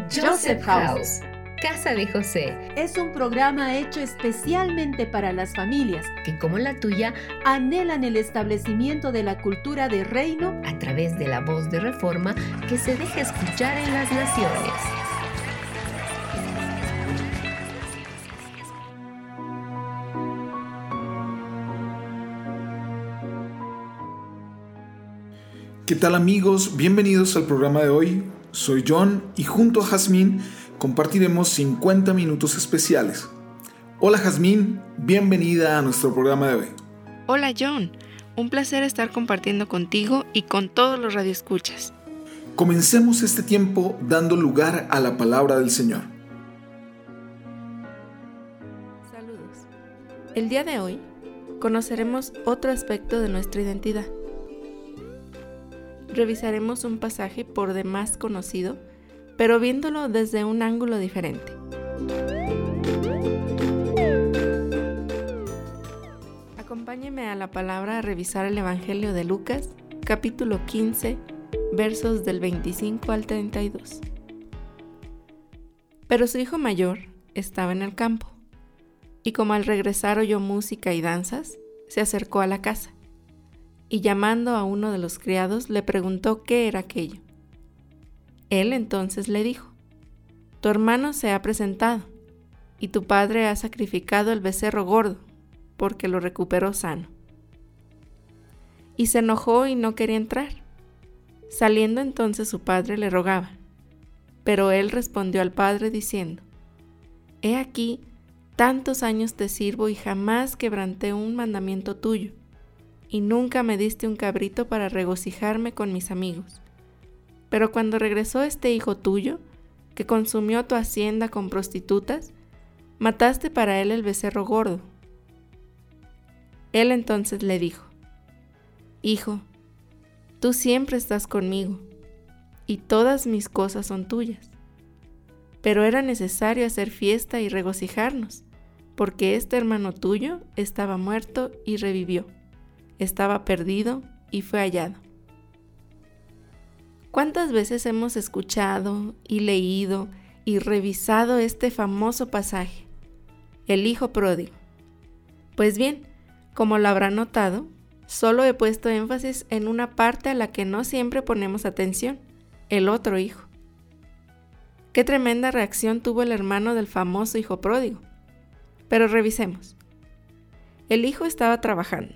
Joseph House, Casa de José. Es un programa hecho especialmente para las familias que, como la tuya, anhelan el establecimiento de la cultura de reino a través de la voz de Reforma que se deja escuchar en las naciones. ¿Qué tal, amigos? Bienvenidos al programa de hoy. Soy John y junto a Jazmín compartiremos 50 minutos especiales. Hola Jazmín, bienvenida a nuestro programa de hoy. Hola John, un placer estar compartiendo contigo y con todos los radioescuchas. Comencemos este tiempo dando lugar a la palabra del Señor. Saludos. El día de hoy conoceremos otro aspecto de nuestra identidad. Revisaremos un pasaje por demás conocido, pero viéndolo desde un ángulo diferente. Acompáñeme a la palabra a revisar el Evangelio de Lucas, capítulo 15, versos del 25 al 32. Pero su hijo mayor estaba en el campo, y como al regresar oyó música y danzas, se acercó a la casa. Y llamando a uno de los criados, le preguntó qué era aquello. Él entonces le dijo: Tu hermano se ha presentado, y tu padre ha sacrificado el becerro gordo, porque lo recuperó sano. Y se enojó y no quería entrar. Saliendo entonces su padre le rogaba, pero él respondió al padre diciendo: He aquí, tantos años te sirvo y jamás quebranté un mandamiento tuyo. Y nunca me diste un cabrito para regocijarme con mis amigos. Pero cuando regresó este hijo tuyo, que consumió tu hacienda con prostitutas, mataste para él el becerro gordo. Él entonces le dijo: Hijo, tú siempre estás conmigo, y todas mis cosas son tuyas. Pero era necesario hacer fiesta y regocijarnos, porque este hermano tuyo estaba muerto y revivió. Estaba perdido y fue hallado. ¿Cuántas veces hemos escuchado y leído y revisado este famoso pasaje, el hijo pródigo? Pues bien, como lo habrán notado, solo he puesto énfasis en una parte a la que no siempre ponemos atención, el otro hijo. Qué tremenda reacción tuvo el hermano del famoso hijo pródigo. Pero revisemos. El hijo estaba trabajando.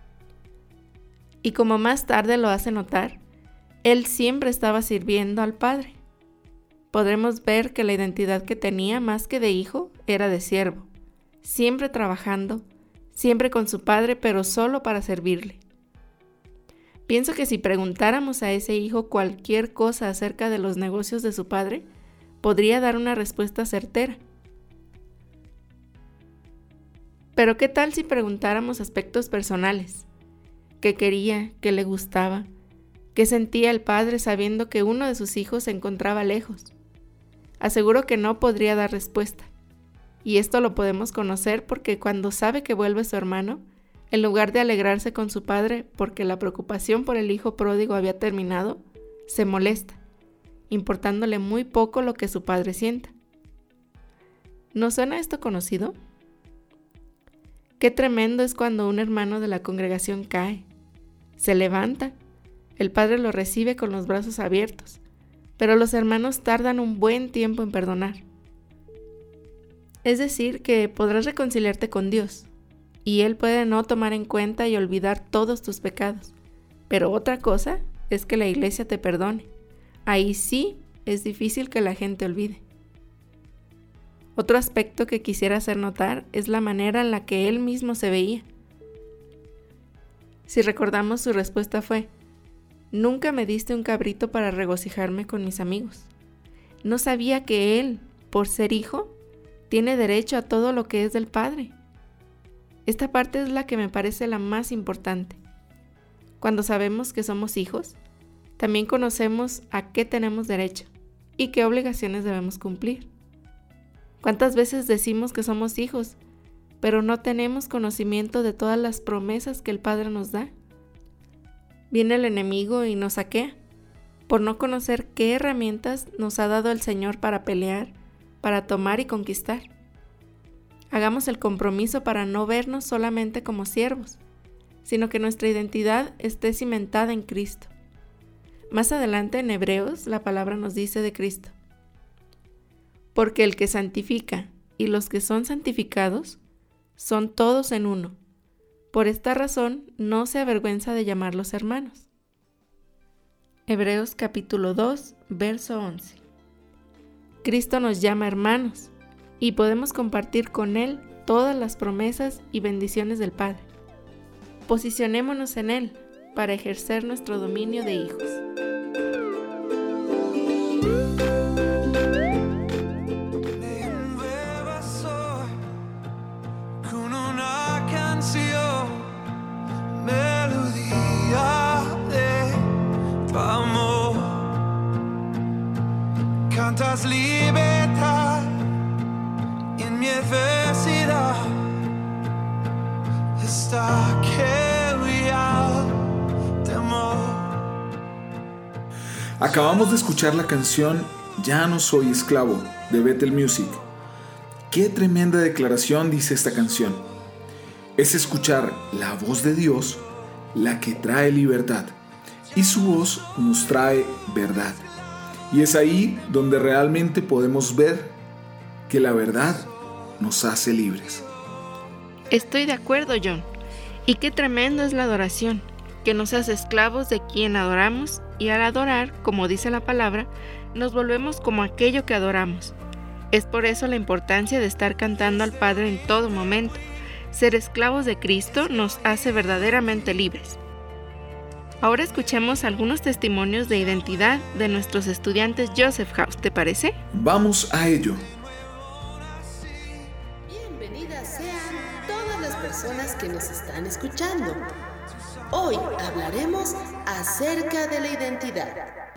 Y como más tarde lo hace notar, él siempre estaba sirviendo al padre. Podremos ver que la identidad que tenía más que de hijo era de siervo, siempre trabajando, siempre con su padre, pero solo para servirle. Pienso que si preguntáramos a ese hijo cualquier cosa acerca de los negocios de su padre, podría dar una respuesta certera. Pero ¿qué tal si preguntáramos aspectos personales? ¿Qué quería? ¿Qué le gustaba? ¿Qué sentía el padre sabiendo que uno de sus hijos se encontraba lejos? Aseguro que no podría dar respuesta. Y esto lo podemos conocer porque cuando sabe que vuelve su hermano, en lugar de alegrarse con su padre porque la preocupación por el hijo pródigo había terminado, se molesta, importándole muy poco lo que su padre sienta. ¿No suena esto conocido? Qué tremendo es cuando un hermano de la congregación cae. Se levanta, el padre lo recibe con los brazos abiertos, pero los hermanos tardan un buen tiempo en perdonar. Es decir, que podrás reconciliarte con Dios, y Él puede no tomar en cuenta y olvidar todos tus pecados, pero otra cosa es que la iglesia te perdone. Ahí sí es difícil que la gente olvide. Otro aspecto que quisiera hacer notar es la manera en la que él mismo se veía. Si recordamos, su respuesta fue: Nunca me diste un cabrito para regocijarme con mis amigos. No sabía que él, por ser hijo, tiene derecho a todo lo que es del Padre. Esta parte es la que me parece la más importante. Cuando sabemos que somos hijos, también conocemos a qué tenemos derecho y qué obligaciones debemos cumplir. ¿Cuántas veces decimos que somos hijos, pero no tenemos conocimiento de todas las promesas que el Padre nos da? Viene el enemigo y nos saquea, por no conocer qué herramientas nos ha dado el Señor para pelear, para tomar y conquistar. Hagamos el compromiso para no vernos solamente como siervos, sino que nuestra identidad esté cimentada en Cristo. Más adelante en Hebreos la palabra nos dice de Cristo: porque el que santifica y los que son santificados son todos en uno. Por esta razón no se avergüenza de llamarlos hermanos. Hebreos capítulo 2, verso 11. Cristo nos llama hermanos y podemos compartir con Él todas las promesas y bendiciones del Padre. Posicionémonos en Él para ejercer nuestro dominio de hijos. Cantas libertad en mi adversidad. Está que temor. Acabamos de escuchar la canción Ya no soy esclavo de Bethel Music. Qué tremenda declaración dice esta canción. Es escuchar la voz de Dios la que trae libertad, y su voz nos trae verdad. Y es ahí donde realmente podemos ver que la verdad nos hace libres. Estoy de acuerdo, John. Y qué tremendo es la adoración, que nos hace esclavos de quien adoramos, y al adorar, como dice la palabra, nos volvemos como aquello que adoramos. Es por eso la importancia de estar cantando al Padre en todo momento. Ser esclavos de Cristo nos hace verdaderamente libres. Ahora escuchemos algunos testimonios de identidad de nuestros estudiantes Joseph House, ¿te parece? Vamos a ello. Bienvenidas sean todas las personas que nos están escuchando. Hoy hablaremos acerca de la identidad.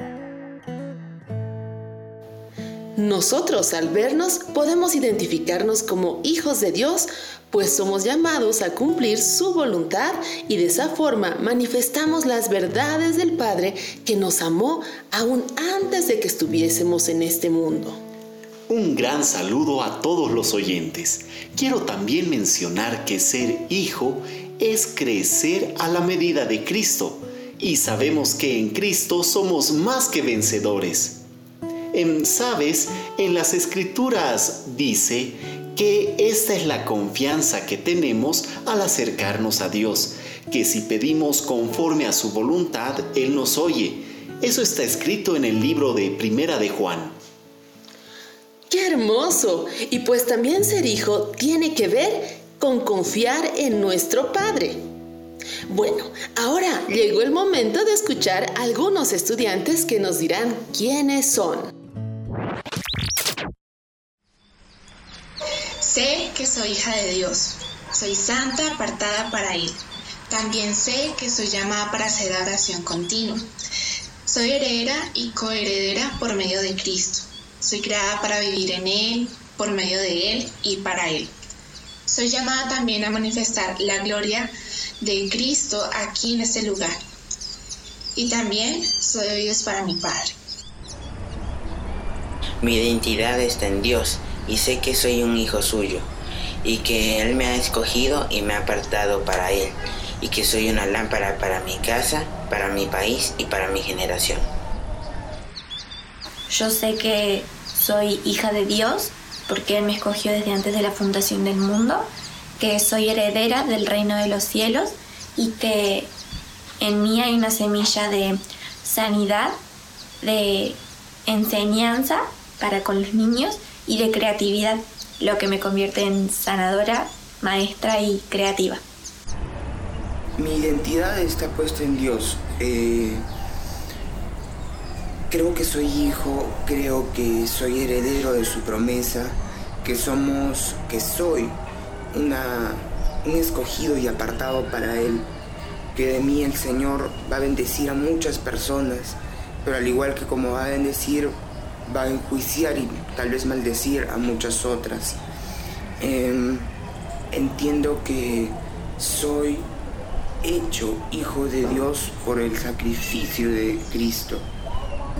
Nosotros al vernos podemos identificarnos como hijos de Dios, pues somos llamados a cumplir su voluntad y de esa forma manifestamos las verdades del Padre que nos amó aún antes de que estuviésemos en este mundo. Un gran saludo a todos los oyentes. Quiero también mencionar que ser hijo es crecer a la medida de Cristo, y sabemos que en Cristo somos más que vencedores. ¿Sabes? En las Escrituras dice que esta es la confianza que tenemos al acercarnos a Dios, que si pedimos conforme a su voluntad, Él nos oye. Eso está escrito en el libro de Primera de Juan. ¡Qué hermoso! Y pues también ser hijo tiene que ver con confiar en nuestro Padre. Bueno, ahora llegó el momento de escuchar a algunos estudiantes que nos dirán quiénes son. Sé que soy hija de Dios, soy santa apartada para Él. También sé que soy llamada para hacer oración continua. Soy heredera y coheredera por medio de Cristo. Soy creada para vivir en Él, por medio de Él y para Él. Soy llamada también a manifestar la gloria de Cristo aquí en este lugar. Y también soy Dios para mi Padre. Mi identidad está en Dios y sé que soy un hijo suyo y que Él me ha escogido y me ha apartado para Él y que soy una lámpara para mi casa, para mi país y para mi generación. Yo sé que soy hija de Dios porque Él me escogió desde antes de la fundación del mundo, que soy heredera del reino de los cielos y que en mí hay una semilla de sanidad, de enseñanza para con los niños y de creatividad, lo que me convierte en sanadora, maestra y creativa. Mi identidad está puesta en Dios. Creo que soy hijo, creo que soy heredero de su promesa, que soy un escogido y apartado para Él, que de mí el Señor va a bendecir a muchas personas, pero al igual que como va a bendecir, va a enjuiciar y tal vez maldecir a muchas otras. Entiendo que soy hecho hijo de Dios por el sacrificio de Cristo.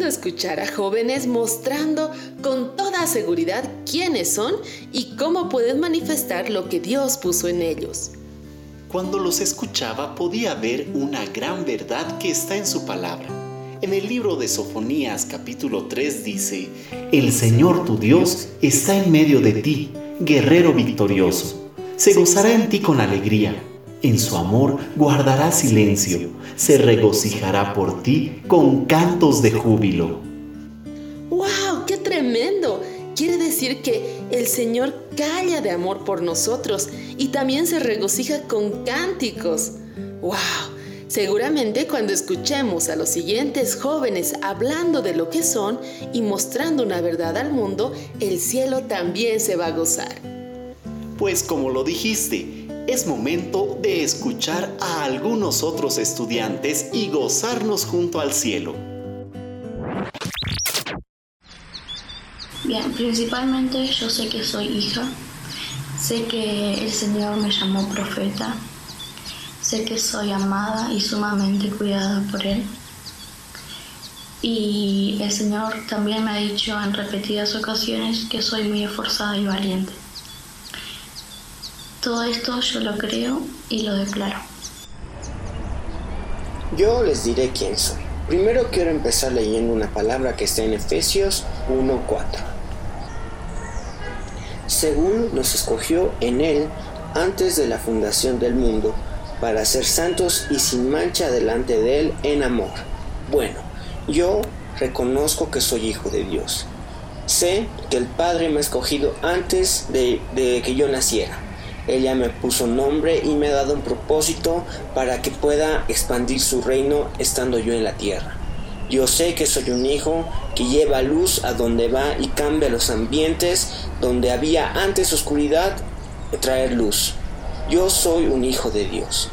escuchar a jóvenes mostrando con toda seguridad quiénes son y cómo pueden manifestar lo que Dios puso en ellos. Cuando los escuchaba podía ver una gran verdad que está en su palabra. En el libro de Sofonías capítulo 3 dice: El Señor tu Dios está en medio de ti, guerrero victorioso. Se gozará en ti con alegría. En su amor guardará silencio. Se regocijará por ti con cantos de júbilo. ¡Wow! ¡Qué tremendo! Quiere decir que el Señor calla de amor por nosotros y también se regocija con cánticos. ¡Wow! Seguramente cuando escuchemos a los siguientes jóvenes hablando de lo que son y mostrando una verdad al mundo, el cielo también se va a gozar. Pues como lo dijiste, es momento de escuchar a algunos otros estudiantes y gozarnos junto al cielo. Bien, principalmente yo sé que soy hija, sé que el Señor me llamó profeta, sé que soy amada y sumamente cuidada por Él. Y el Señor también me ha dicho en repetidas ocasiones que soy muy esforzada y valiente. Todo esto yo lo creo y lo declaro. Yo les diré quién soy. Primero quiero empezar leyendo una palabra que está en Efesios 1:4. Según nos escogió en Él antes de la fundación del mundo, para ser santos y sin mancha delante de Él en amor. Bueno, yo reconozco que soy hijo de Dios. Sé que el Padre me ha escogido antes de que yo naciera. Él ya me puso nombre y me ha dado un propósito para que pueda expandir su reino estando yo en la tierra. Yo sé que soy un hijo que lleva luz a donde va y cambia los ambientes donde había antes oscuridad, traer luz. Yo soy un hijo de Dios.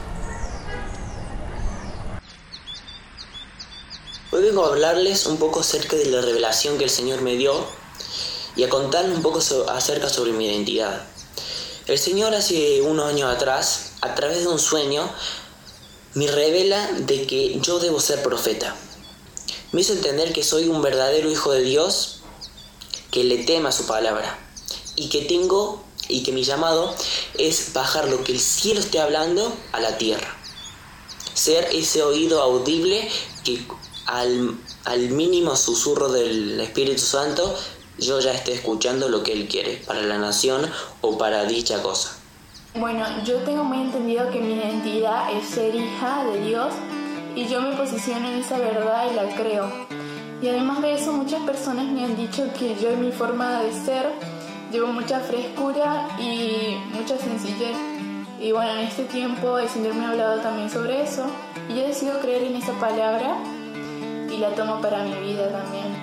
Hoy vengo a hablarles un poco acerca de la revelación que el Señor me dio y a contarles un poco acerca sobre mi identidad. El Señor hace unos años atrás, a través de un sueño, me revela de que yo debo ser profeta. Me hizo entender que soy un verdadero hijo de Dios, que le teme a su palabra y que mi llamado es bajar lo que el cielo esté hablando a la tierra. Ser ese oído audible que al mínimo susurro del Espíritu Santo yo ya esté escuchando lo que Él quiere para la nación o para dicha cosa. Bueno, yo tengo muy entendido que mi identidad es ser hija de Dios y yo me posiciono en esa verdad y la creo. Y además de eso, muchas personas me han dicho que yo en mi forma de ser llevo mucha frescura y mucha sencillez. Y bueno, en este tiempo el Señor me ha hablado también sobre eso y yo decido creer en esa palabra y la tomo para mi vida también.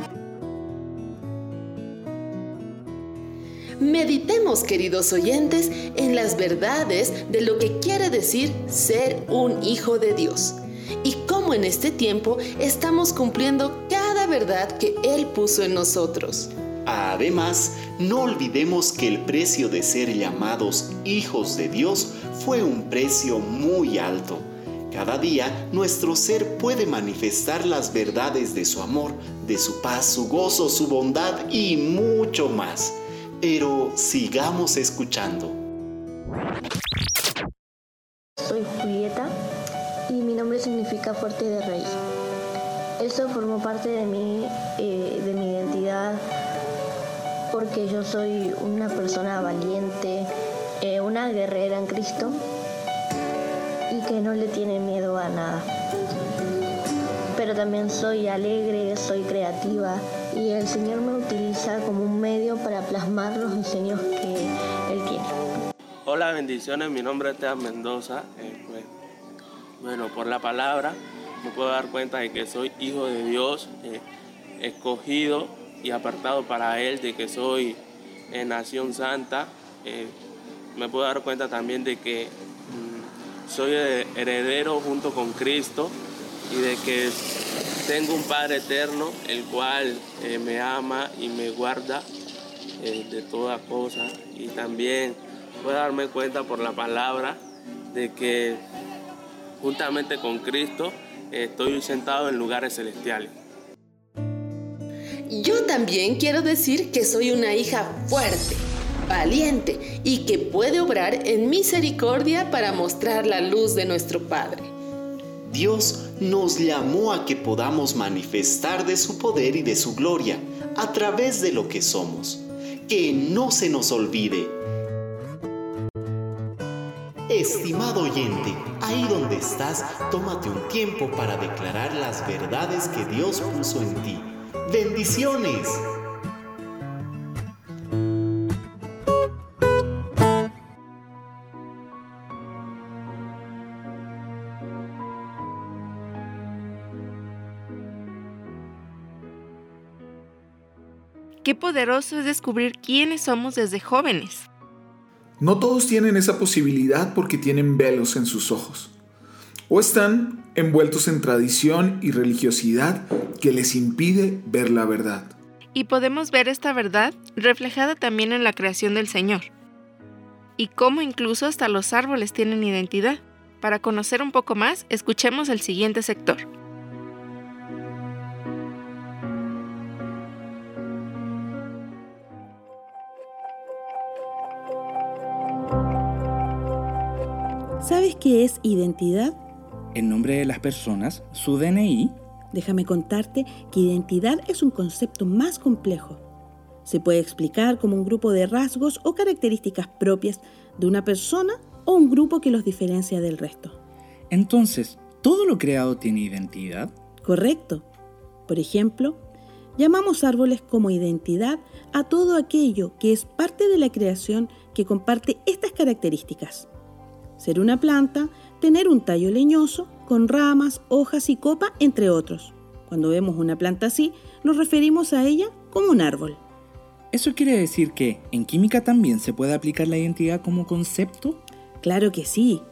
Meditemos, queridos oyentes, en las verdades de lo que quiere decir ser un hijo de Dios y cómo en este tiempo estamos cumpliendo cada verdad que Él puso en nosotros. Además, no olvidemos que el precio de ser llamados hijos de Dios fue un precio muy alto. Cada día nuestro ser puede manifestar las verdades de su amor, de su paz, su gozo, su bondad y mucho más. Pero sigamos escuchando. Soy Julieta y mi nombre significa fuerte de raíz. Eso formó parte de mi identidad porque yo soy una persona valiente, una guerrera en Cristo y que no le tiene miedo a nada. Pero también soy alegre, soy creativa y el Señor me utiliza como un medio para plasmar los diseños que Él quiere. Hola, bendiciones, mi nombre es Teo Mendoza. Bueno, por la palabra me puedo dar cuenta de que soy hijo de Dios, escogido y apartado para Él, de que soy nación santa. Me puedo dar cuenta también de que soy heredero junto con Cristo y de que tengo un Padre eterno, el cual me ama y me guarda de toda cosa. Y también puedo darme cuenta por la palabra de que juntamente con Cristo estoy sentado en lugares celestiales. Yo también quiero decir que soy una hija fuerte, valiente y que puede obrar en misericordia para mostrar la luz de nuestro Padre. Dios nos llamó a que podamos manifestar de su poder y de su gloria a través de lo que somos. Que no se nos olvide. Estimado oyente, ahí donde estás, tómate un tiempo para declarar las verdades que Dios puso en ti. ¡Bendiciones! Qué poderoso es descubrir quiénes somos desde jóvenes. No todos tienen esa posibilidad porque tienen velos en sus ojos, o están envueltos en tradición y religiosidad que les impide ver la verdad. Y podemos ver esta verdad reflejada también en la creación del Señor. Y cómo incluso hasta los árboles tienen identidad. Para conocer un poco más, escuchemos el siguiente sector. ¿Sabes qué es identidad? El nombre de las personas, su DNI. Déjame contarte que identidad es un concepto más complejo. Se puede explicar como un grupo de rasgos o características propias de una persona o un grupo que los diferencia del resto. Entonces, ¿todo lo creado tiene identidad? Correcto. Por ejemplo, llamamos árboles como identidad a todo aquello que es parte de la creación que comparte estas características. Ser una planta, tener un tallo leñoso, con ramas, hojas y copa, entre otros. Cuando vemos una planta así, nos referimos a ella como un árbol. ¿Eso quiere decir que en química también se puede aplicar la identidad como concepto? Claro que sí.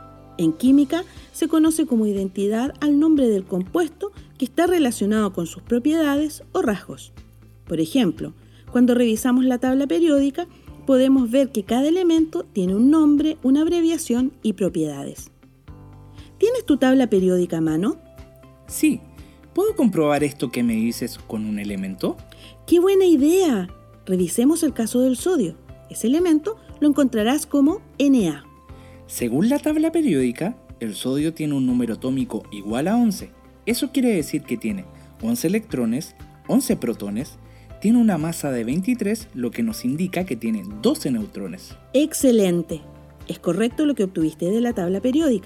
En química se conoce como identidad al nombre del compuesto que está relacionado con sus propiedades o rasgos. Por ejemplo, cuando revisamos la tabla periódica, podemos ver que cada elemento tiene un nombre, una abreviación y propiedades. ¿Tienes tu tabla periódica a mano? Sí. ¿Puedo comprobar esto que me dices con un elemento? ¡Qué buena idea! Revisemos el caso del sodio. Ese elemento lo encontrarás como Na. Según la tabla periódica, el sodio tiene un número atómico igual a 11. Eso quiere decir que tiene 11 electrones, 11 protones, tiene una masa de 23, lo que nos indica que tiene 12 neutrones. ¡Excelente! Es correcto lo que obtuviste de la tabla periódica.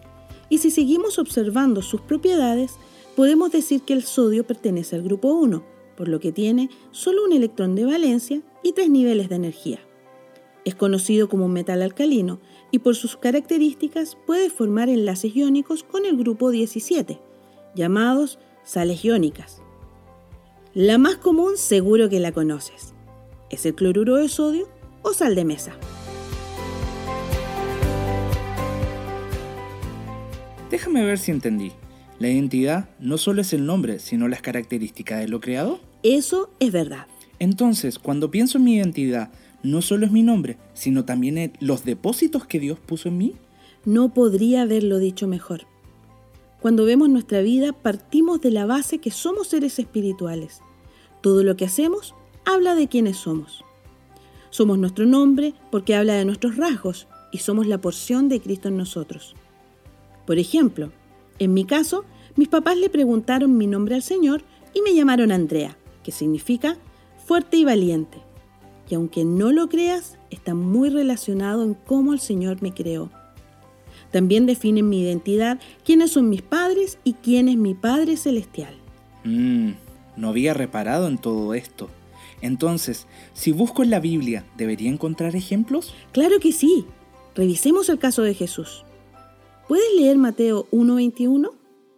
Y si seguimos observando sus propiedades, podemos decir que el sodio pertenece al grupo 1, por lo que tiene solo un electrón de valencia y 3 niveles de energía. Es conocido como un metal alcalino y por sus características puede formar enlaces iónicos con el grupo 17, llamados sales iónicas. La más común seguro que la conoces. Es el cloruro de sodio o sal de mesa. Déjame ver si entendí. ¿La identidad no solo es el nombre, sino las características de lo creado? Eso es verdad. Entonces, cuando pienso en mi identidad, no solo es mi nombre, sino también en los depósitos que Dios puso en mí. No podría haberlo dicho mejor. Cuando vemos nuestra vida, partimos de la base que somos seres espirituales. Todo lo que hacemos habla de quiénes somos. Somos nuestro nombre porque habla de nuestros rasgos y somos la porción de Cristo en nosotros. Por ejemplo, en mi caso, mis papás le preguntaron mi nombre al Señor y me llamaron Andrea, que significa fuerte y valiente. Y aunque no lo creas, está muy relacionado en cómo el Señor me creó. También definen mi identidad quiénes son mis padres y quién es mi Padre Celestial. No había reparado en todo esto. Entonces, si busco en la Biblia, ¿debería encontrar ejemplos? Claro que sí. Revisemos el caso de Jesús. ¿Puedes leer Mateo 1:21?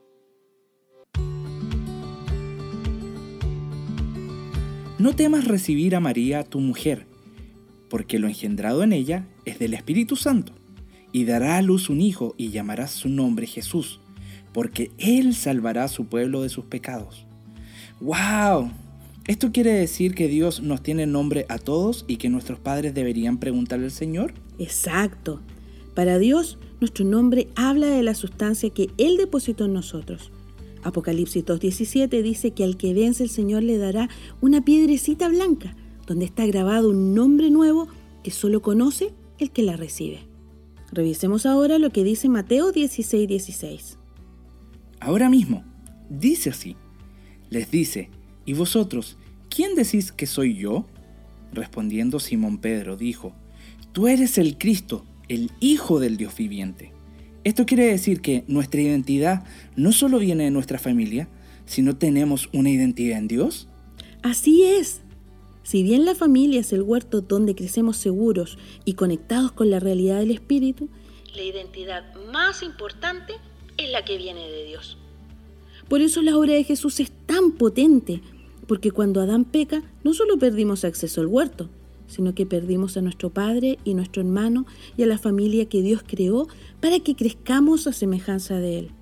No temas recibir a María, tu mujer, porque lo engendrado en ella es del Espíritu Santo, y dará a luz un hijo y llamarás su nombre Jesús, porque Él salvará a su pueblo de sus pecados. ¡Wow! ¿Esto quiere decir que Dios nos tiene nombre a todos y que nuestros padres deberían preguntarle al Señor? Exacto. Para Dios, nuestro nombre habla de la sustancia que Él depositó en nosotros. Apocalipsis 2:17 dice que al que vence el Señor le dará una piedrecita blanca, donde está grabado un nombre nuevo que solo conoce el que la recibe. Revisemos ahora lo que dice Mateo 16:16. Ahora mismo, dice así, les dice, ¿y vosotros, quién decís que soy yo? Respondiendo Simón Pedro dijo, tú eres el Cristo, el Hijo del Dios viviente. Esto quiere decir que nuestra identidad no solo viene de nuestra familia, sino tenemos una identidad en Dios. Así es. Si bien la familia es el huerto donde crecemos seguros y conectados con la realidad del Espíritu, la identidad más importante es la que viene de Dios. Por eso la obra de Jesús es tan potente, porque cuando Adán peca, no solo perdimos acceso al huerto, sino que perdimos a nuestro padre y nuestro hermano y a la familia que Dios creó para que crezcamos a semejanza de Él.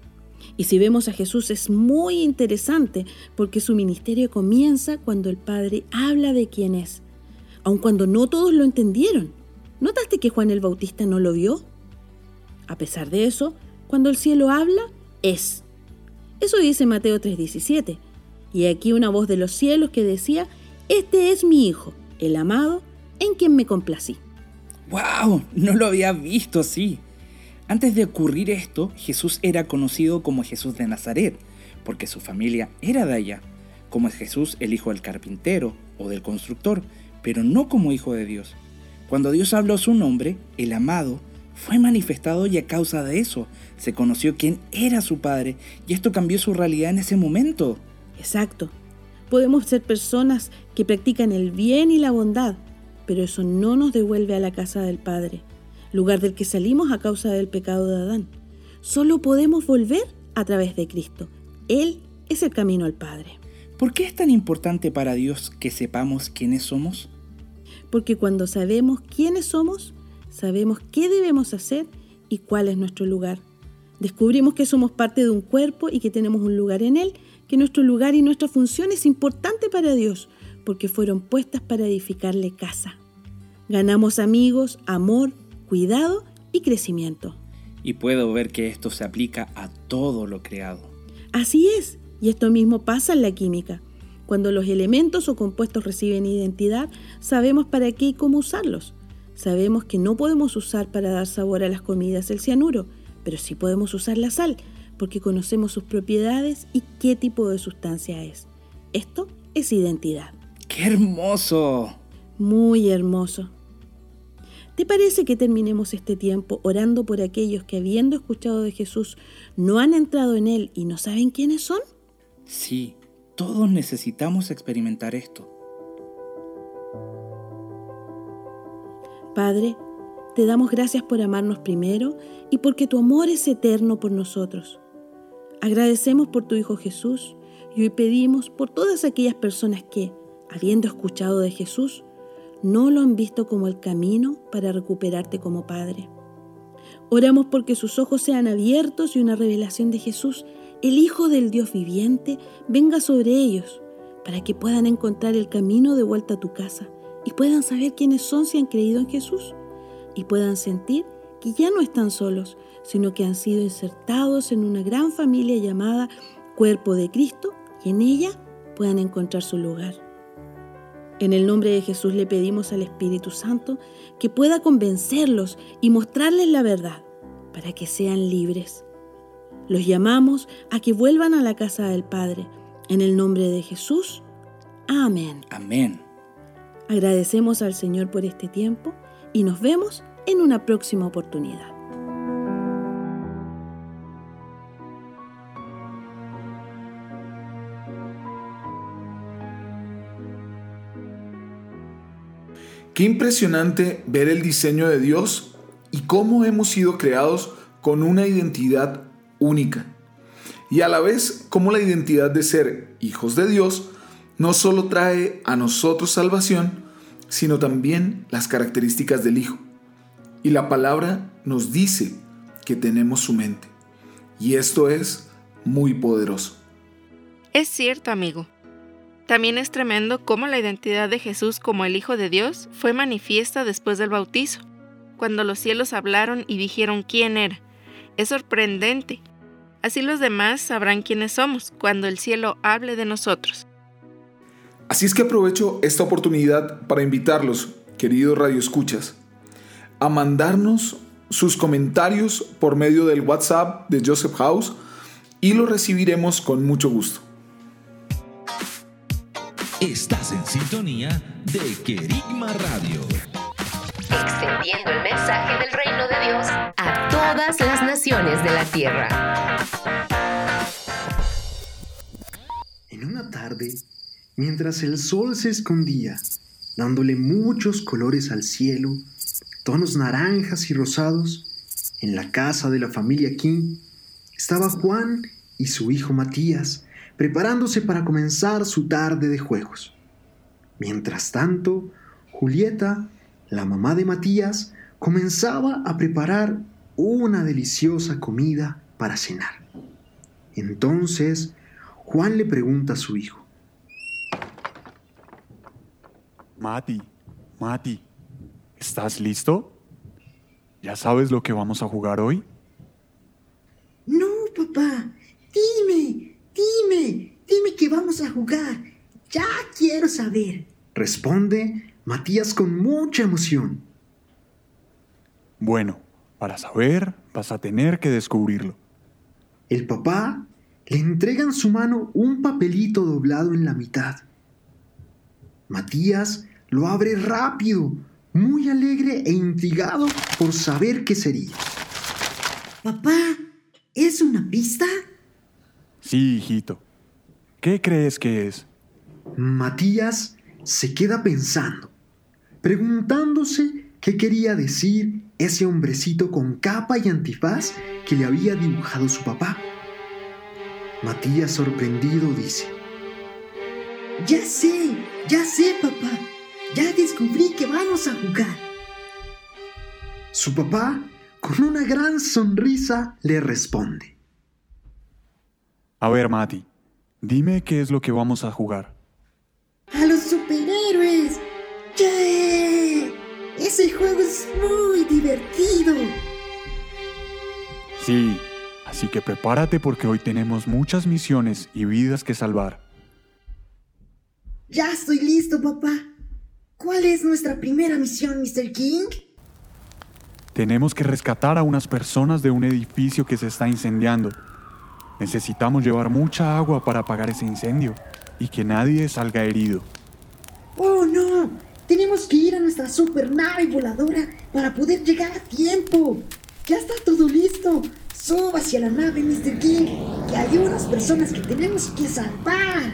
Y si vemos a Jesús es muy interesante porque su ministerio comienza cuando el Padre habla de quién es, aun cuando no todos lo entendieron. ¿Notaste que Juan el Bautista no lo vio? A pesar de eso, cuando el cielo habla, es. Eso dice Mateo 3:17. Y aquí una voz de los cielos que decía, este es mi Hijo, el amado, en quien me complací. ¡Wow! No lo había visto así. Antes de ocurrir esto, Jesús era conocido como Jesús de Nazaret, porque su familia era de allá, como es Jesús el hijo del carpintero o del constructor, pero no como hijo de Dios. Cuando Dios habló su nombre, el amado, fue manifestado y a causa de eso se conoció quién era su Padre y esto cambió su realidad en ese momento. Exacto. Podemos ser personas que practican el bien y la bondad, pero eso no nos devuelve a la casa del Padre, lugar del que salimos a causa del pecado de Adán. Solo podemos volver a través de Cristo. Él es el camino al Padre. ¿Por qué es tan importante para Dios que sepamos quiénes somos? Porque cuando sabemos quiénes somos, sabemos qué debemos hacer y cuál es nuestro lugar. Descubrimos que somos parte de un cuerpo y que tenemos un lugar en él, que nuestro lugar y nuestra función es importante para Dios, porque fueron puestas para edificarle casa. Ganamos amigos, amor, cuidado y crecimiento. Y puedo ver que esto se aplica a todo lo creado. Así es, y esto mismo pasa en la química. Cuando los elementos o compuestos reciben identidad, sabemos para qué y cómo usarlos. Sabemos que no podemos usar para dar sabor a las comidas el cianuro, pero sí podemos usar la sal, porque conocemos sus propiedades y qué tipo de sustancia es. Esto es identidad. ¡Qué hermoso! Muy hermoso. ¿Te parece que terminemos este tiempo orando por aquellos que, habiendo escuchado de Jesús, no han entrado en Él y no saben quiénes son? Sí, todos necesitamos experimentar esto. Padre, te damos gracias por amarnos primero y porque tu amor es eterno por nosotros. Agradecemos por tu Hijo Jesús y hoy pedimos por todas aquellas personas que, habiendo escuchado de Jesús, no lo han visto como el camino para recuperarte como Padre. Oramos porque sus ojos sean abiertos y una revelación de Jesús, el Hijo del Dios viviente, venga sobre ellos para que puedan encontrar el camino de vuelta a tu casa y puedan saber quiénes son si han creído en Jesús y puedan sentir que ya no están solos, sino que han sido insertados en una gran familia llamada Cuerpo de Cristo y en ella puedan encontrar su lugar. En el nombre de Jesús le pedimos al Espíritu Santo que pueda convencerlos y mostrarles la verdad para que sean libres. Los llamamos a que vuelvan a la casa del Padre. En el nombre de Jesús, amén. Amén. Agradecemos al Señor por este tiempo y nos vemos en una próxima oportunidad. Qué impresionante ver el diseño de Dios y cómo hemos sido creados con una identidad única. Y a la vez, cómo la identidad de ser hijos de Dios no solo trae a nosotros salvación, sino también las características del Hijo. Y la palabra nos dice que tenemos su mente. Y esto es muy poderoso. Es cierto, amigo. También es tremendo cómo la identidad de Jesús como el Hijo de Dios fue manifiesta después del bautizo, cuando los cielos hablaron y dijeron quién era. Es sorprendente. Así los demás sabrán quiénes somos cuando el cielo hable de nosotros. Así es que aprovecho esta oportunidad para invitarlos, queridos radioescuchas, a mandarnos sus comentarios por medio del WhatsApp de Joseph House y los recibiremos con mucho gusto. Estás en sintonía de Querigma Radio. Extendiendo el mensaje del reino de Dios a todas las naciones de la tierra. En una tarde, mientras el sol se escondía, dándole muchos colores al cielo, tonos naranjas y rosados, en la casa de la familia King, estaba Juan y su hijo Matías preparándose para comenzar su tarde de juegos. Mientras tanto, Julieta, la mamá de Matías, comenzaba a preparar una deliciosa comida para cenar. Entonces, Juan le pregunta a su hijo: Mati, ¿estás listo? ¿Ya sabes lo que vamos a jugar hoy? No, papá. Dime qué vamos a jugar. Ya quiero saber. Responde Matías con mucha emoción. Bueno, para saber vas a tener que descubrirlo. El papá le entrega en su mano un papelito doblado en la mitad. Matías lo abre rápido, muy alegre e intrigado por saber qué sería. Papá, ¿es una pista? Sí, hijito. ¿Qué crees que es? Matías se queda pensando, preguntándose qué quería decir ese hombrecito con capa y antifaz que le había dibujado su papá. Matías, sorprendido, dice: Ya sé, papá. Ya descubrí que vamos a jugar. Su papá, con una gran sonrisa, le responde: A ver, Mati, dime qué es lo que vamos a jugar. ¡A los superhéroes! ¡Yeah! Ese juego es muy divertido. Sí, así que prepárate porque hoy tenemos muchas misiones y vidas que salvar. Ya estoy listo, papá. ¿Cuál es nuestra primera misión, Mr. King? Tenemos que rescatar a unas personas de un edificio que se está incendiando. Necesitamos llevar mucha agua para apagar ese incendio y que nadie salga herido. ¡Oh, no! Tenemos que ir a nuestra supernave voladora para poder llegar a tiempo. Ya está todo listo. Suba hacia la nave, Mr. King, que hay unas personas que tenemos que salvar.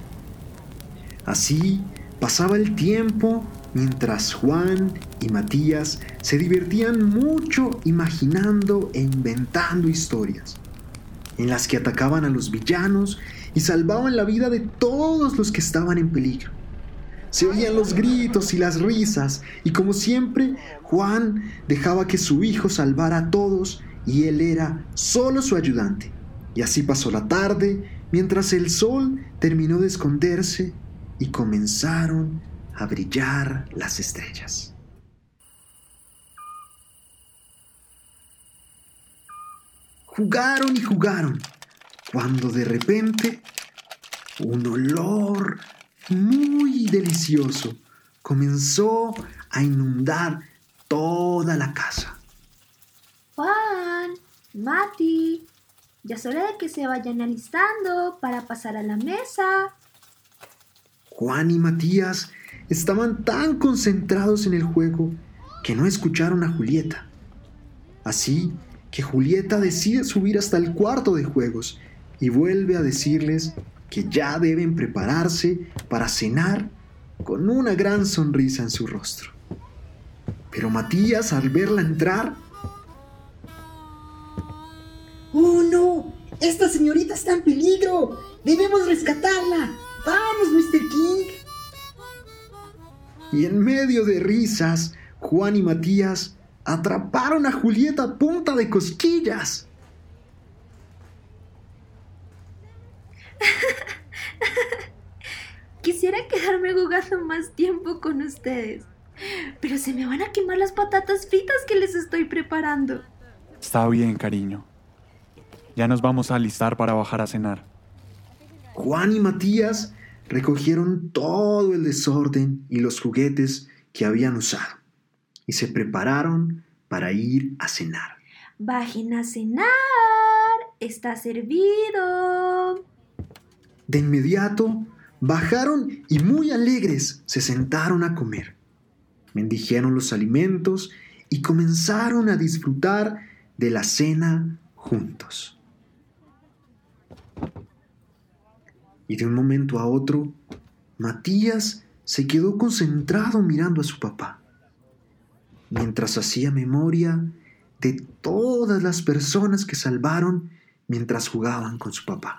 Así pasaba el tiempo mientras Juan y Matías se divertían mucho imaginando e inventando historias en las que atacaban a los villanos y salvaban la vida de todos los que estaban en peligro. Se oían los gritos y las risas, y como siempre, Juan dejaba que su hijo salvara a todos y él era solo su ayudante. Y así pasó la tarde, mientras el sol terminó de esconderse y comenzaron a brillar las estrellas. Jugaron y jugaron, cuando de repente un olor muy delicioso comenzó a inundar toda la casa. Juan, Mati, ya es hora de que se vayan alistando para pasar a la mesa. Juan y Matías estaban tan concentrados en el juego que no escucharon a Julieta. Así que Julieta decide subir hasta el cuarto de juegos y vuelve a decirles que ya deben prepararse para cenar con una gran sonrisa en su rostro. Pero Matías, al verla entrar: ¡Oh, no! ¡Esta señorita está en peligro! ¡Debemos rescatarla! ¡Vamos, Mr. King! Y en medio de risas, Juan y Matías atraparon a Julieta a punta de cosquillas. Quisiera quedarme jugando más tiempo con ustedes, pero se me van a quemar las patatas fritas que les estoy preparando. Está bien, cariño. Ya nos vamos a alistar para bajar a cenar. Juan y Matías recogieron todo el desorden y los juguetes que habían usado y se prepararon para ir a cenar. Bajen a cenar, está servido. De inmediato bajaron y muy alegres se sentaron a comer. Bendijeron los alimentos y comenzaron a disfrutar de la cena juntos. Y de un momento a otro, Matías se quedó concentrado mirando a su papá, mientras hacía memoria de todas las personas que salvaron mientras jugaban con su papá.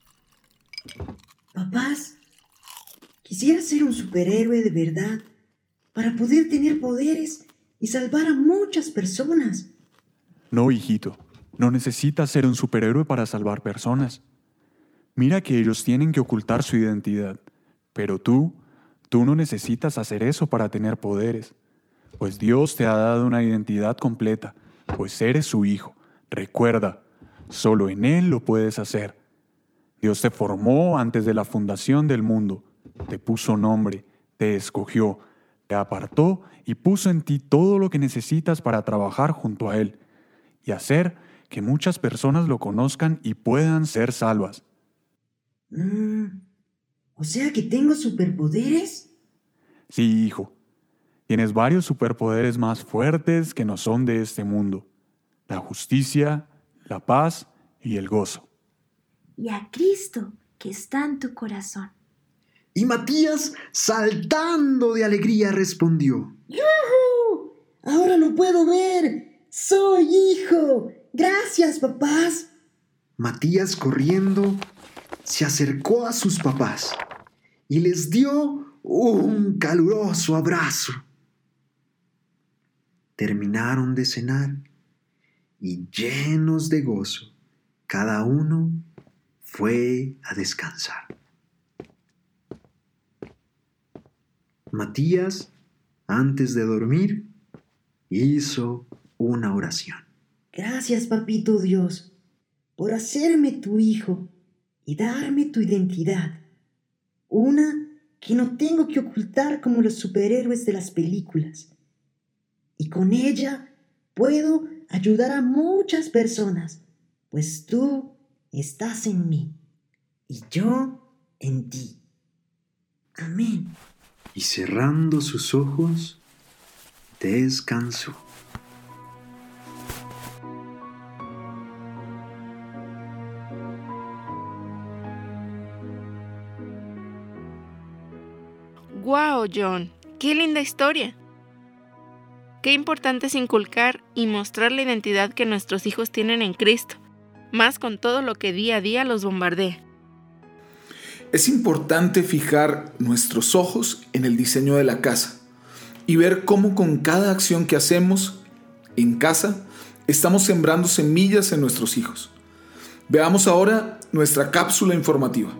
Papás, quisiera ser un superhéroe de verdad para poder tener poderes y salvar a muchas personas. No, hijito, no necesitas ser un superhéroe para salvar personas. Mira que ellos tienen que ocultar su identidad, pero tú no necesitas hacer eso para tener poderes, pues Dios te ha dado una identidad completa, pues eres su hijo. Recuerda, solo en Él lo puedes hacer. Dios te formó antes de la fundación del mundo, te puso nombre, te escogió, te apartó y puso en ti todo lo que necesitas para trabajar junto a Él y hacer que muchas personas lo conozcan y puedan ser salvas. ¿O sea que tengo superpoderes? Sí, hijo. Tienes varios superpoderes más fuertes que no son de este mundo: la justicia, la paz y el gozo. Y a Cristo que está en tu corazón. Y Matías, saltando de alegría, respondió: ¡Yujú! ¡Ahora lo puedo ver! ¡Soy hijo! ¡Gracias, papás! Matías, corriendo, se acercó a sus papás y les dio un caluroso abrazo. Terminaron de cenar y, llenos de gozo, cada uno fue a descansar. Matías, antes de dormir, hizo una oración. Gracias, papito Dios, por hacerme tu hijo y darme tu identidad. Una que no tengo que ocultar como los superhéroes de las películas. Y con ella puedo ayudar a muchas personas, pues tú estás en mí y yo en ti. Amén. Y cerrando sus ojos, descansó. ¡Wow, John! ¡Qué linda historia! Qué importante es inculcar y mostrar la identidad que nuestros hijos tienen en Cristo, más con todo lo que día a día los bombardea. Es importante fijar nuestros ojos en el diseño de la casa y ver cómo con cada acción que hacemos en casa estamos sembrando semillas en nuestros hijos. Veamos ahora nuestra cápsula informativa.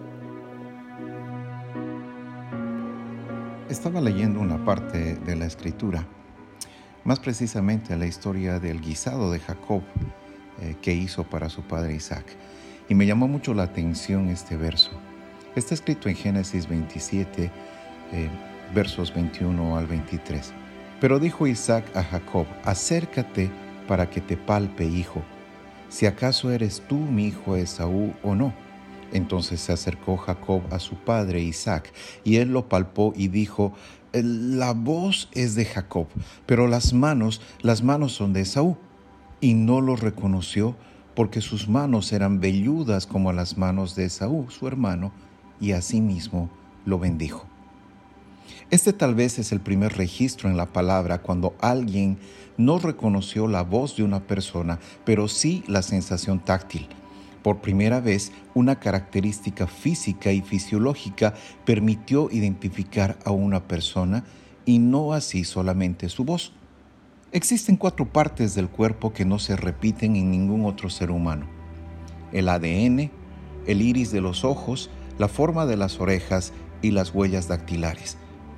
Estaba leyendo una parte de la Escritura, más precisamente la historia del guisado de Jacob que hizo para su padre Isaac, y me llamó mucho la atención este verso. Está escrito en Génesis 27, versos 21 al 23. Pero dijo Isaac a Jacob: acércate para que te palpe, hijo, si acaso eres tú mi hijo Esaú o no. Entonces se acercó Jacob a su padre Isaac, y él lo palpó y dijo: la voz es de Jacob, pero las manos son de Esaú. Y no lo reconoció, porque sus manos eran velludas como las manos de Esaú, su hermano, y asimismo lo bendijo. Este tal vez es el primer registro en la palabra cuando alguien no reconoció la voz de una persona, pero sí la sensación táctil. Por primera vez, una característica física y fisiológica permitió identificar a una persona y no así solamente su voz. Existen 4 partes del cuerpo que no se repiten en ningún otro ser humano: el ADN, el iris de los ojos, la forma de las orejas y las huellas dactilares.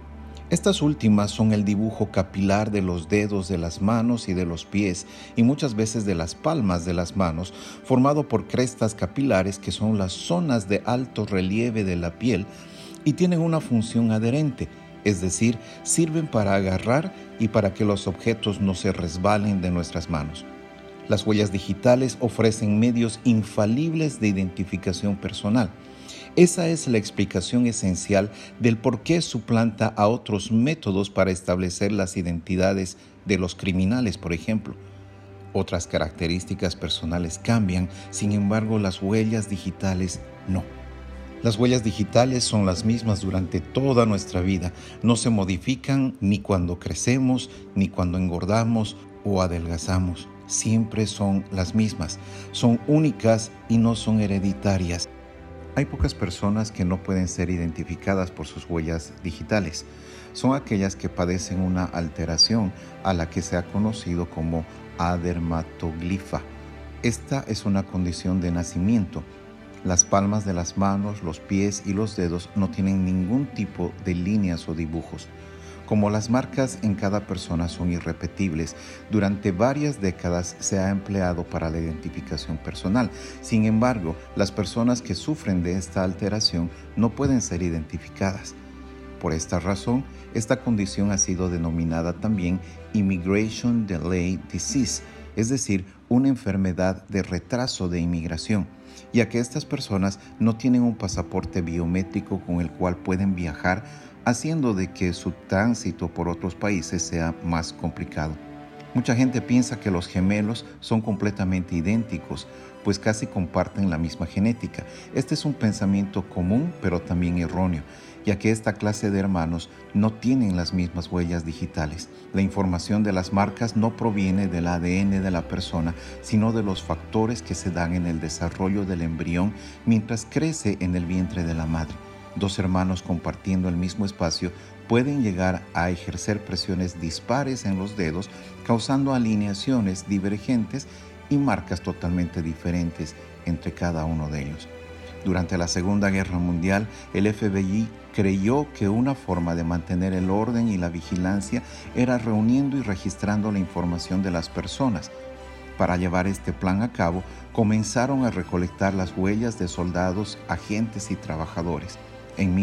Estas últimas son el dibujo capilar de los dedos de las manos y de los pies y muchas veces de las palmas de las manos, formado por crestas capilares que son las zonas de alto relieve de la piel y tienen una función adherente, es decir, sirven para agarrar y para que los objetos no se resbalen de nuestras manos. Las huellas digitales ofrecen medios infalibles de identificación personal. Esa es la explicación esencial del por qué suplanta a otros métodos para establecer las identidades de los criminales, por ejemplo. Otras características personales cambian, sin embargo, las huellas digitales no. Las huellas digitales son las mismas durante toda nuestra vida. No se modifican ni cuando crecemos, ni cuando engordamos o adelgazamos. Siempre son las mismas. Son únicas y no son hereditarias. Hay pocas personas que no pueden ser identificadas por sus huellas digitales. Son aquellas que padecen una alteración a la que se ha conocido como adermatoglifa. Esta es una condición de nacimiento. Las palmas de las manos, los pies y los dedos no tienen ningún tipo de líneas o dibujos. Como las marcas en cada persona son irrepetibles, durante varias décadas se ha empleado para la identificación personal. Sin embargo, las personas que sufren de esta alteración no pueden ser identificadas. Por esta razón, esta condición ha sido denominada también Immigration Delay Disease, es decir, una enfermedad de retraso de inmigración, ya que estas personas no tienen un pasaporte biométrico con el cual pueden viajar, haciendo de que su tránsito por otros países sea más complicado. Mucha gente piensa que los gemelos son completamente idénticos, pues casi comparten la misma genética. Este es un pensamiento común, pero también erróneo, ya que esta clase de hermanos no tienen las mismas huellas digitales. La información de las marcas no proviene del ADN de la persona, sino de los factores que se dan en el desarrollo del embrión mientras crece en el vientre de la madre. Dos hermanos compartiendo el mismo espacio pueden llegar a ejercer presiones dispares en los dedos, causando alineaciones divergentes y marcas totalmente diferentes entre cada uno de ellos. Durante la Segunda Guerra Mundial, el FBI creyó que una forma de mantener el orden y la vigilancia era reuniendo y registrando la información de las personas. Para llevar este plan a cabo, comenzaron a recolectar las huellas de soldados, agentes y trabajadores. En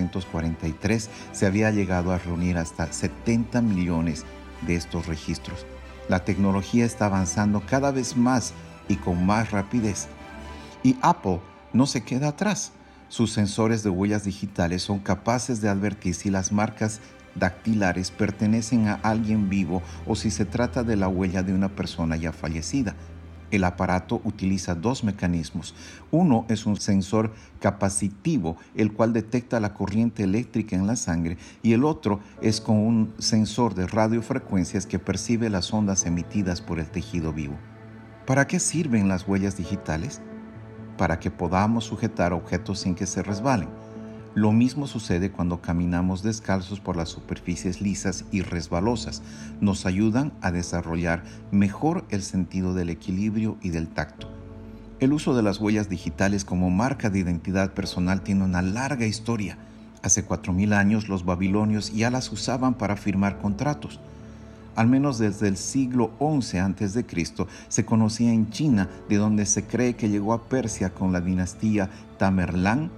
1943 se había llegado a reunir hasta 70 millones de estos registros. La tecnología está avanzando cada vez más y con más rapidez. Y Apple no se queda atrás. Sus sensores de huellas digitales son capaces de advertir si las marcas dactilares pertenecen a alguien vivo o si se trata de la huella de una persona ya fallecida. El aparato utiliza dos mecanismos. Uno es un sensor capacitivo, el cual detecta la corriente eléctrica en la sangre, y el otro es con un sensor de radiofrecuencias que percibe las ondas emitidas por el tejido vivo. ¿Para qué sirven las huellas digitales? Para que podamos sujetar objetos sin que se resbalen. Lo mismo sucede cuando caminamos descalzos por las superficies lisas y resbalosas. Nos ayudan a desarrollar mejor el sentido del equilibrio y del tacto. El uso de las huellas digitales como marca de identidad personal tiene una larga historia. Hace 4.000 años los babilonios ya las usaban para firmar contratos. Al menos desde el siglo XI a.C. se conocía en China, de donde se cree que llegó a Persia con la dinastía Tamerlán.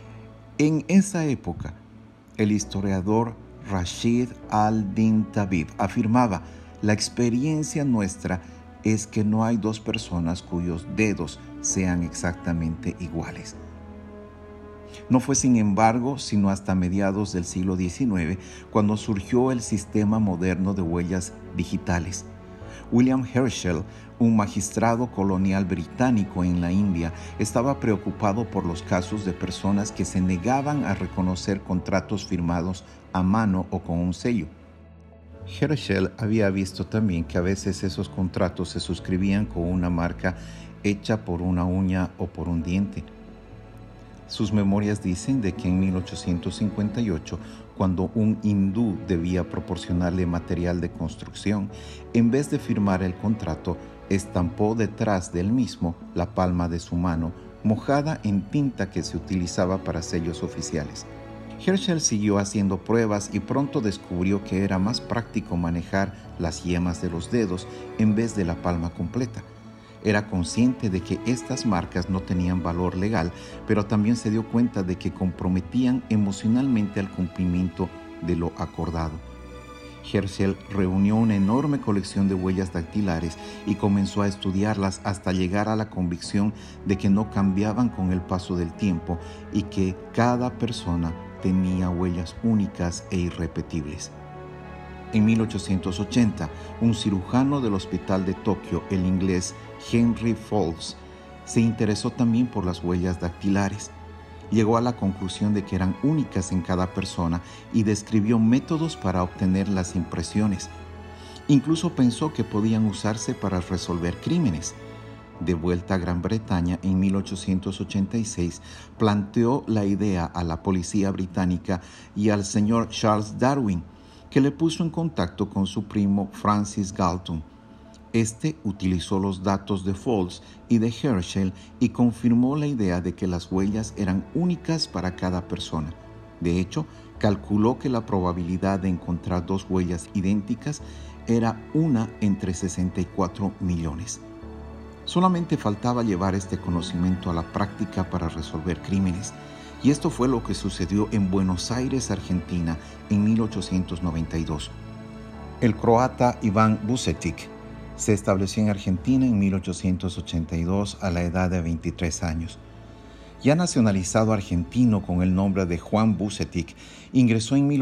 En esa época, el historiador Rashid al-Din Tabib afirmaba: la experiencia nuestra es que no hay dos personas cuyos dedos sean exactamente iguales. No fue, sin embargo, sino hasta mediados del siglo XIX cuando surgió el sistema moderno de huellas digitales. William Herschel, un magistrado colonial británico en la India, estaba preocupado por los casos de personas que se negaban a reconocer contratos firmados a mano o con un sello. Herschel había visto también que a veces esos contratos se suscribían con una marca hecha por una uña o por un diente. Sus memorias dicen de que en 1858, cuando un hindú debía proporcionarle material de construcción, en vez de firmar el contrato, estampó detrás del mismo la palma de su mano, mojada en tinta que se utilizaba para sellos oficiales. Herschel siguió haciendo pruebas y pronto descubrió que era más práctico manejar las yemas de los dedos en vez de la palma completa. Era consciente de que estas marcas no tenían valor legal, pero también se dio cuenta de que comprometían emocionalmente al cumplimiento de lo acordado. Herschel reunió una enorme colección de huellas dactilares y comenzó a estudiarlas hasta llegar a la convicción de que no cambiaban con el paso del tiempo y que cada persona tenía huellas únicas e irrepetibles. En 1880, un cirujano del hospital de Tokio, el inglés Henry Folds, se interesó también por las huellas dactilares. Llegó a la conclusión de que eran únicas en cada persona y describió métodos para obtener las impresiones. Incluso pensó que podían usarse para resolver crímenes. De vuelta a Gran Bretaña en 1886, planteó la idea a la policía británica y al señor Charles Darwin, que le puso en contacto con su primo Francis Galton. Este utilizó los datos de Folds y de Herschel y confirmó la idea de que las huellas eran únicas para cada persona. De hecho, calculó que la probabilidad de encontrar dos huellas idénticas era 1 entre 64 millones. Solamente faltaba llevar este conocimiento a la práctica para resolver crímenes, y esto fue lo que sucedió en Buenos Aires, Argentina, en 1892. El croata Ivan Vucetich se estableció en Argentina en 1882 a la edad de 23 años. Ya nacionalizado argentino con el nombre de Juan Vucetich, ingresó en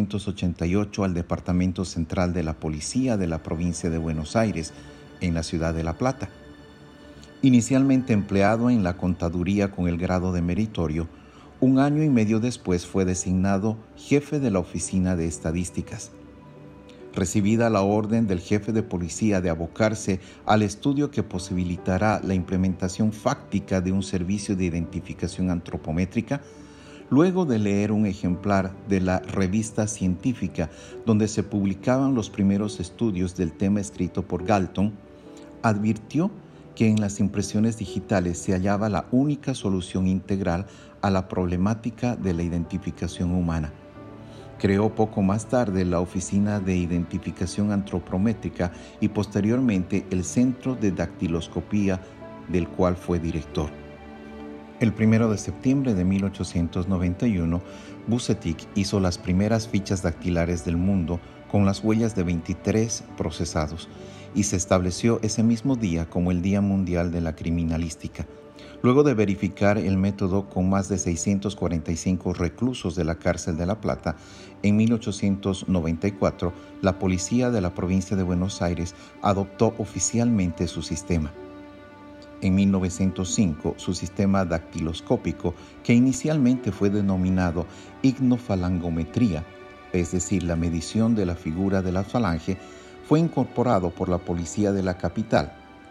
1888 al Departamento Central de la Policía de la provincia de Buenos Aires, en la ciudad de La Plata. Inicialmente empleado en la contaduría con el grado de meritorio, 1 año y medio después fue designado jefe de la Oficina de Estadísticas. Recibida la orden del jefe de policía de abocarse al estudio que posibilitará la implementación fáctica de un servicio de identificación antropométrica, luego de leer un ejemplar de la revista científica donde se publicaban los primeros estudios del tema escrito por Galton, advirtió que en las impresiones digitales se hallaba la única solución integral a la problemática de la identificación humana. Creó poco más tarde la Oficina de Identificación Antropométrica y posteriormente el Centro de Dactiloscopía, del cual fue director. El 1 de septiembre de 1891, Vucetich hizo las primeras fichas dactilares del mundo con las huellas de 23 procesados y se estableció ese mismo día como el Día Mundial de la Criminalística. Luego de verificar el método con más de 645 reclusos de la cárcel de La Plata, en 1894 la policía de la provincia de Buenos Aires adoptó oficialmente su sistema. En 1905, su sistema dactiloscópico, que inicialmente fue denominado ignofalangometría, es decir, la medición de la figura de la falange, fue incorporado por la policía de la capital.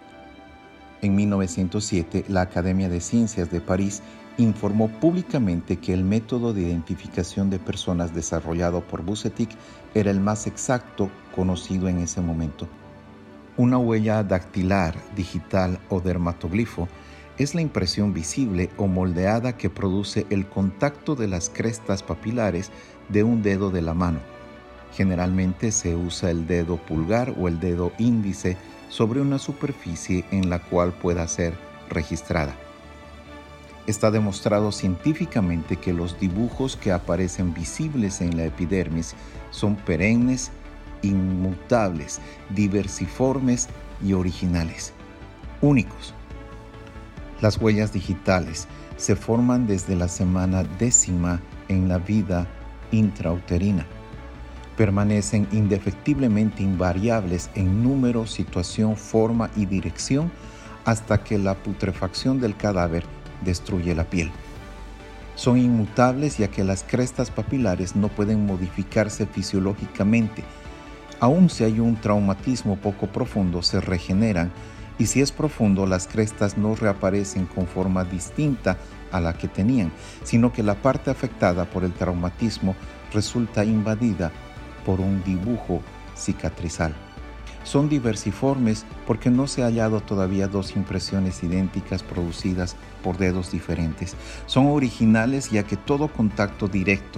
En 1907, la Academia de Ciencias de París informó públicamente que el método de identificación de personas desarrollado por Vucetich era el más exacto conocido en ese momento. Una huella dactilar, digital o dermatoglifo es la impresión visible o moldeada que produce el contacto de las crestas papilares de un dedo de la mano. Generalmente se usa el dedo pulgar o el dedo índice sobre una superficie en la cual pueda ser registrada. Está demostrado científicamente que los dibujos que aparecen visibles en la epidermis son perennes, inmutables, diversiformes y originales, únicos. Las huellas digitales se forman desde la semana 10ª en la vida intrauterina. Permanecen indefectiblemente invariables en número, situación, forma y dirección hasta que la putrefacción del cadáver destruye la piel. Son inmutables ya que las crestas papilares no pueden modificarse fisiológicamente. Aun si hay un traumatismo poco profundo, se regeneran, y si es profundo, las crestas no reaparecen con forma distinta a la que tenían, sino que la parte afectada por el traumatismo resulta invadida por un dibujo cicatrizal. Son diversiformes porque no se ha hallado todavía dos impresiones idénticas producidas por dedos diferentes. Son originales ya que todo contacto directo,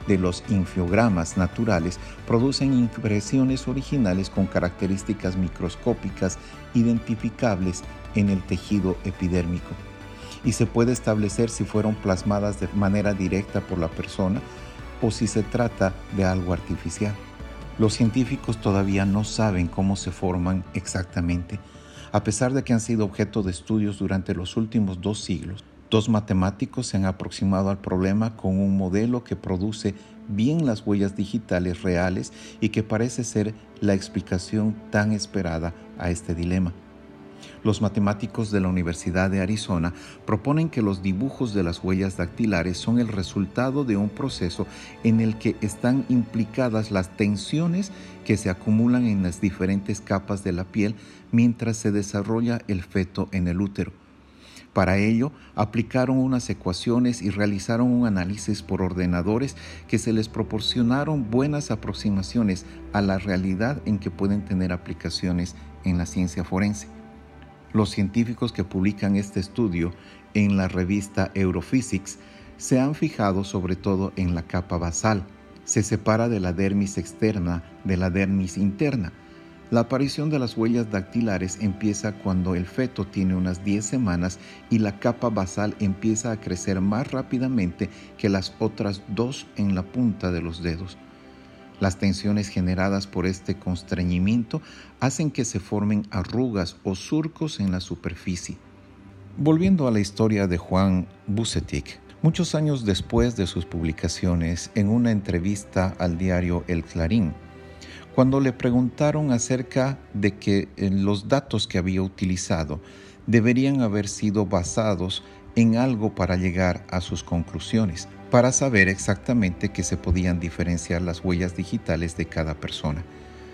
de los infiogramas naturales producen impresiones originales con características microscópicas identificables en el tejido epidérmico, y se puede establecer si fueron plasmadas de manera directa por la persona o si se trata de algo artificial. Los científicos todavía no saben cómo se forman exactamente, a pesar de que han sido objeto de estudios durante los últimos 2 siglos. 2 matemáticos se han aproximado al problema con un modelo que produce bien las huellas digitales reales y que parece ser la explicación tan esperada a este dilema. Los matemáticos de la Universidad de Arizona proponen que los dibujos de las huellas dactilares son el resultado de un proceso en el que están implicadas las tensiones que se acumulan en las diferentes capas de la piel mientras se desarrolla el feto en el útero. Para ello, aplicaron unas ecuaciones y realizaron un análisis por ordenadores que se les proporcionaron buenas aproximaciones a la realidad en que pueden tener aplicaciones en la ciencia forense. Los científicos que publican este estudio en la revista Europhysics se han fijado sobre todo en la capa basal. Se separa de la dermis externa de la dermis interna. La aparición de las huellas dactilares empieza cuando el feto tiene unas 10 semanas y la capa basal empieza a crecer más rápidamente que las otras 2 en la punta de los dedos. Las tensiones generadas por este constreñimiento hacen que se formen arrugas o surcos en la superficie. Volviendo a la historia de Juan Busetic, muchos años después de sus publicaciones, en una entrevista al diario El Clarín, cuando le preguntaron acerca de que los datos que había utilizado deberían haber sido basados en algo para llegar a sus conclusiones, para saber exactamente que se podían diferenciar las huellas digitales de cada persona.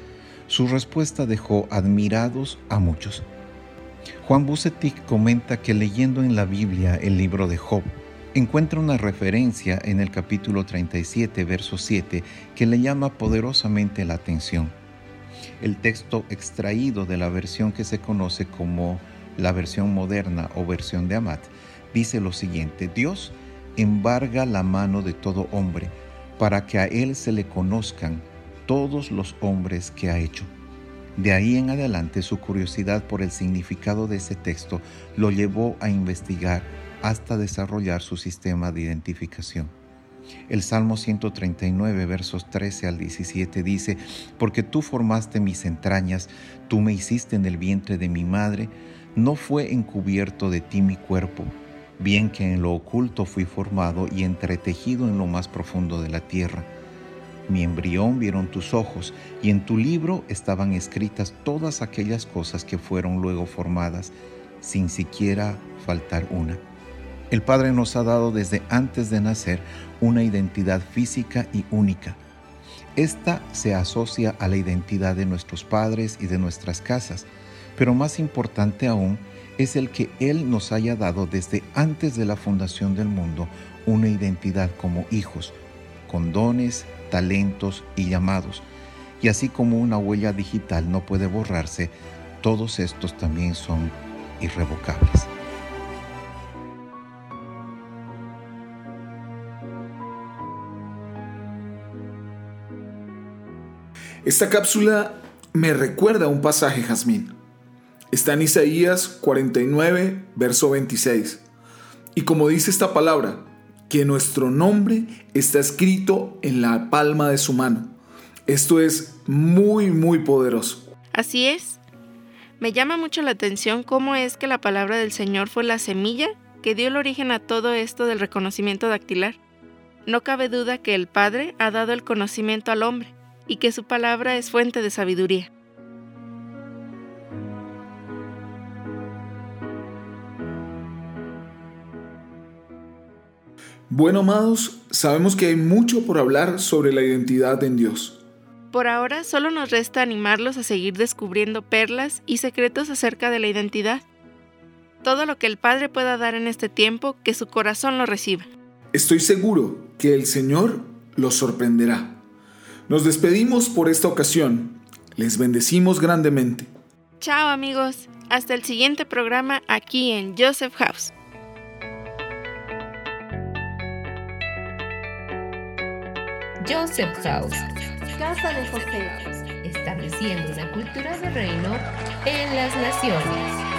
Su respuesta dejó admirados a muchos. Juan Busetic comenta que leyendo en la Biblia el libro de Job, encuentra una referencia en el capítulo 37, verso 7, que le llama poderosamente la atención. El texto extraído de la versión que se conoce como la versión moderna o versión de Amat, dice lo siguiente: Dios embarga la mano de todo hombre para que a él se le conozcan todos los hombres que ha hecho. De ahí en adelante su curiosidad por el significado de ese texto lo llevó a investigar hasta desarrollar su sistema de identificación. El Salmo 139, versos 13 al 17 dice: Porque tú formaste mis entrañas, tú me hiciste en el vientre de mi madre, no fue encubierto de ti mi cuerpo, bien que en lo oculto fui formado y entretejido en lo más profundo de la tierra. Mi embrión vieron tus ojos, y en tu libro estaban escritas todas aquellas cosas que fueron luego formadas, sin siquiera faltar una. El Padre nos ha dado desde antes de nacer una identidad física y única. Esta se asocia a la identidad de nuestros padres y de nuestras casas, pero más importante aún es el que Él nos haya dado desde antes de la fundación del mundo una identidad como hijos, con dones, talentos y llamados. Y así como una huella digital no puede borrarse, todos estos también son irrevocables. Esta cápsula me recuerda a un pasaje, Jazmín. Está en Isaías 49, verso 26. Y como dice esta palabra, que nuestro nombre está escrito en la palma de su mano. Esto es muy, muy poderoso. Así es. Me llama mucho la atención cómo es que la palabra del Señor fue la semilla que dio el origen a todo esto del reconocimiento dactilar. No cabe duda que el Padre ha dado el conocimiento al hombre y que su palabra es fuente de sabiduría. Bueno, amados, sabemos que hay mucho por hablar sobre la identidad en Dios. Por ahora solo nos resta animarlos a seguir descubriendo perlas y secretos acerca de la identidad. Todo lo que el Padre pueda dar en este tiempo, que su corazón lo reciba. Estoy seguro que el Señor los sorprenderá. Nos despedimos por esta ocasión. Les bendecimos grandemente. Chao, amigos. Hasta el siguiente programa aquí en Joseph House. Joseph House, Casa de José, estableciendo una cultura de reino en las naciones.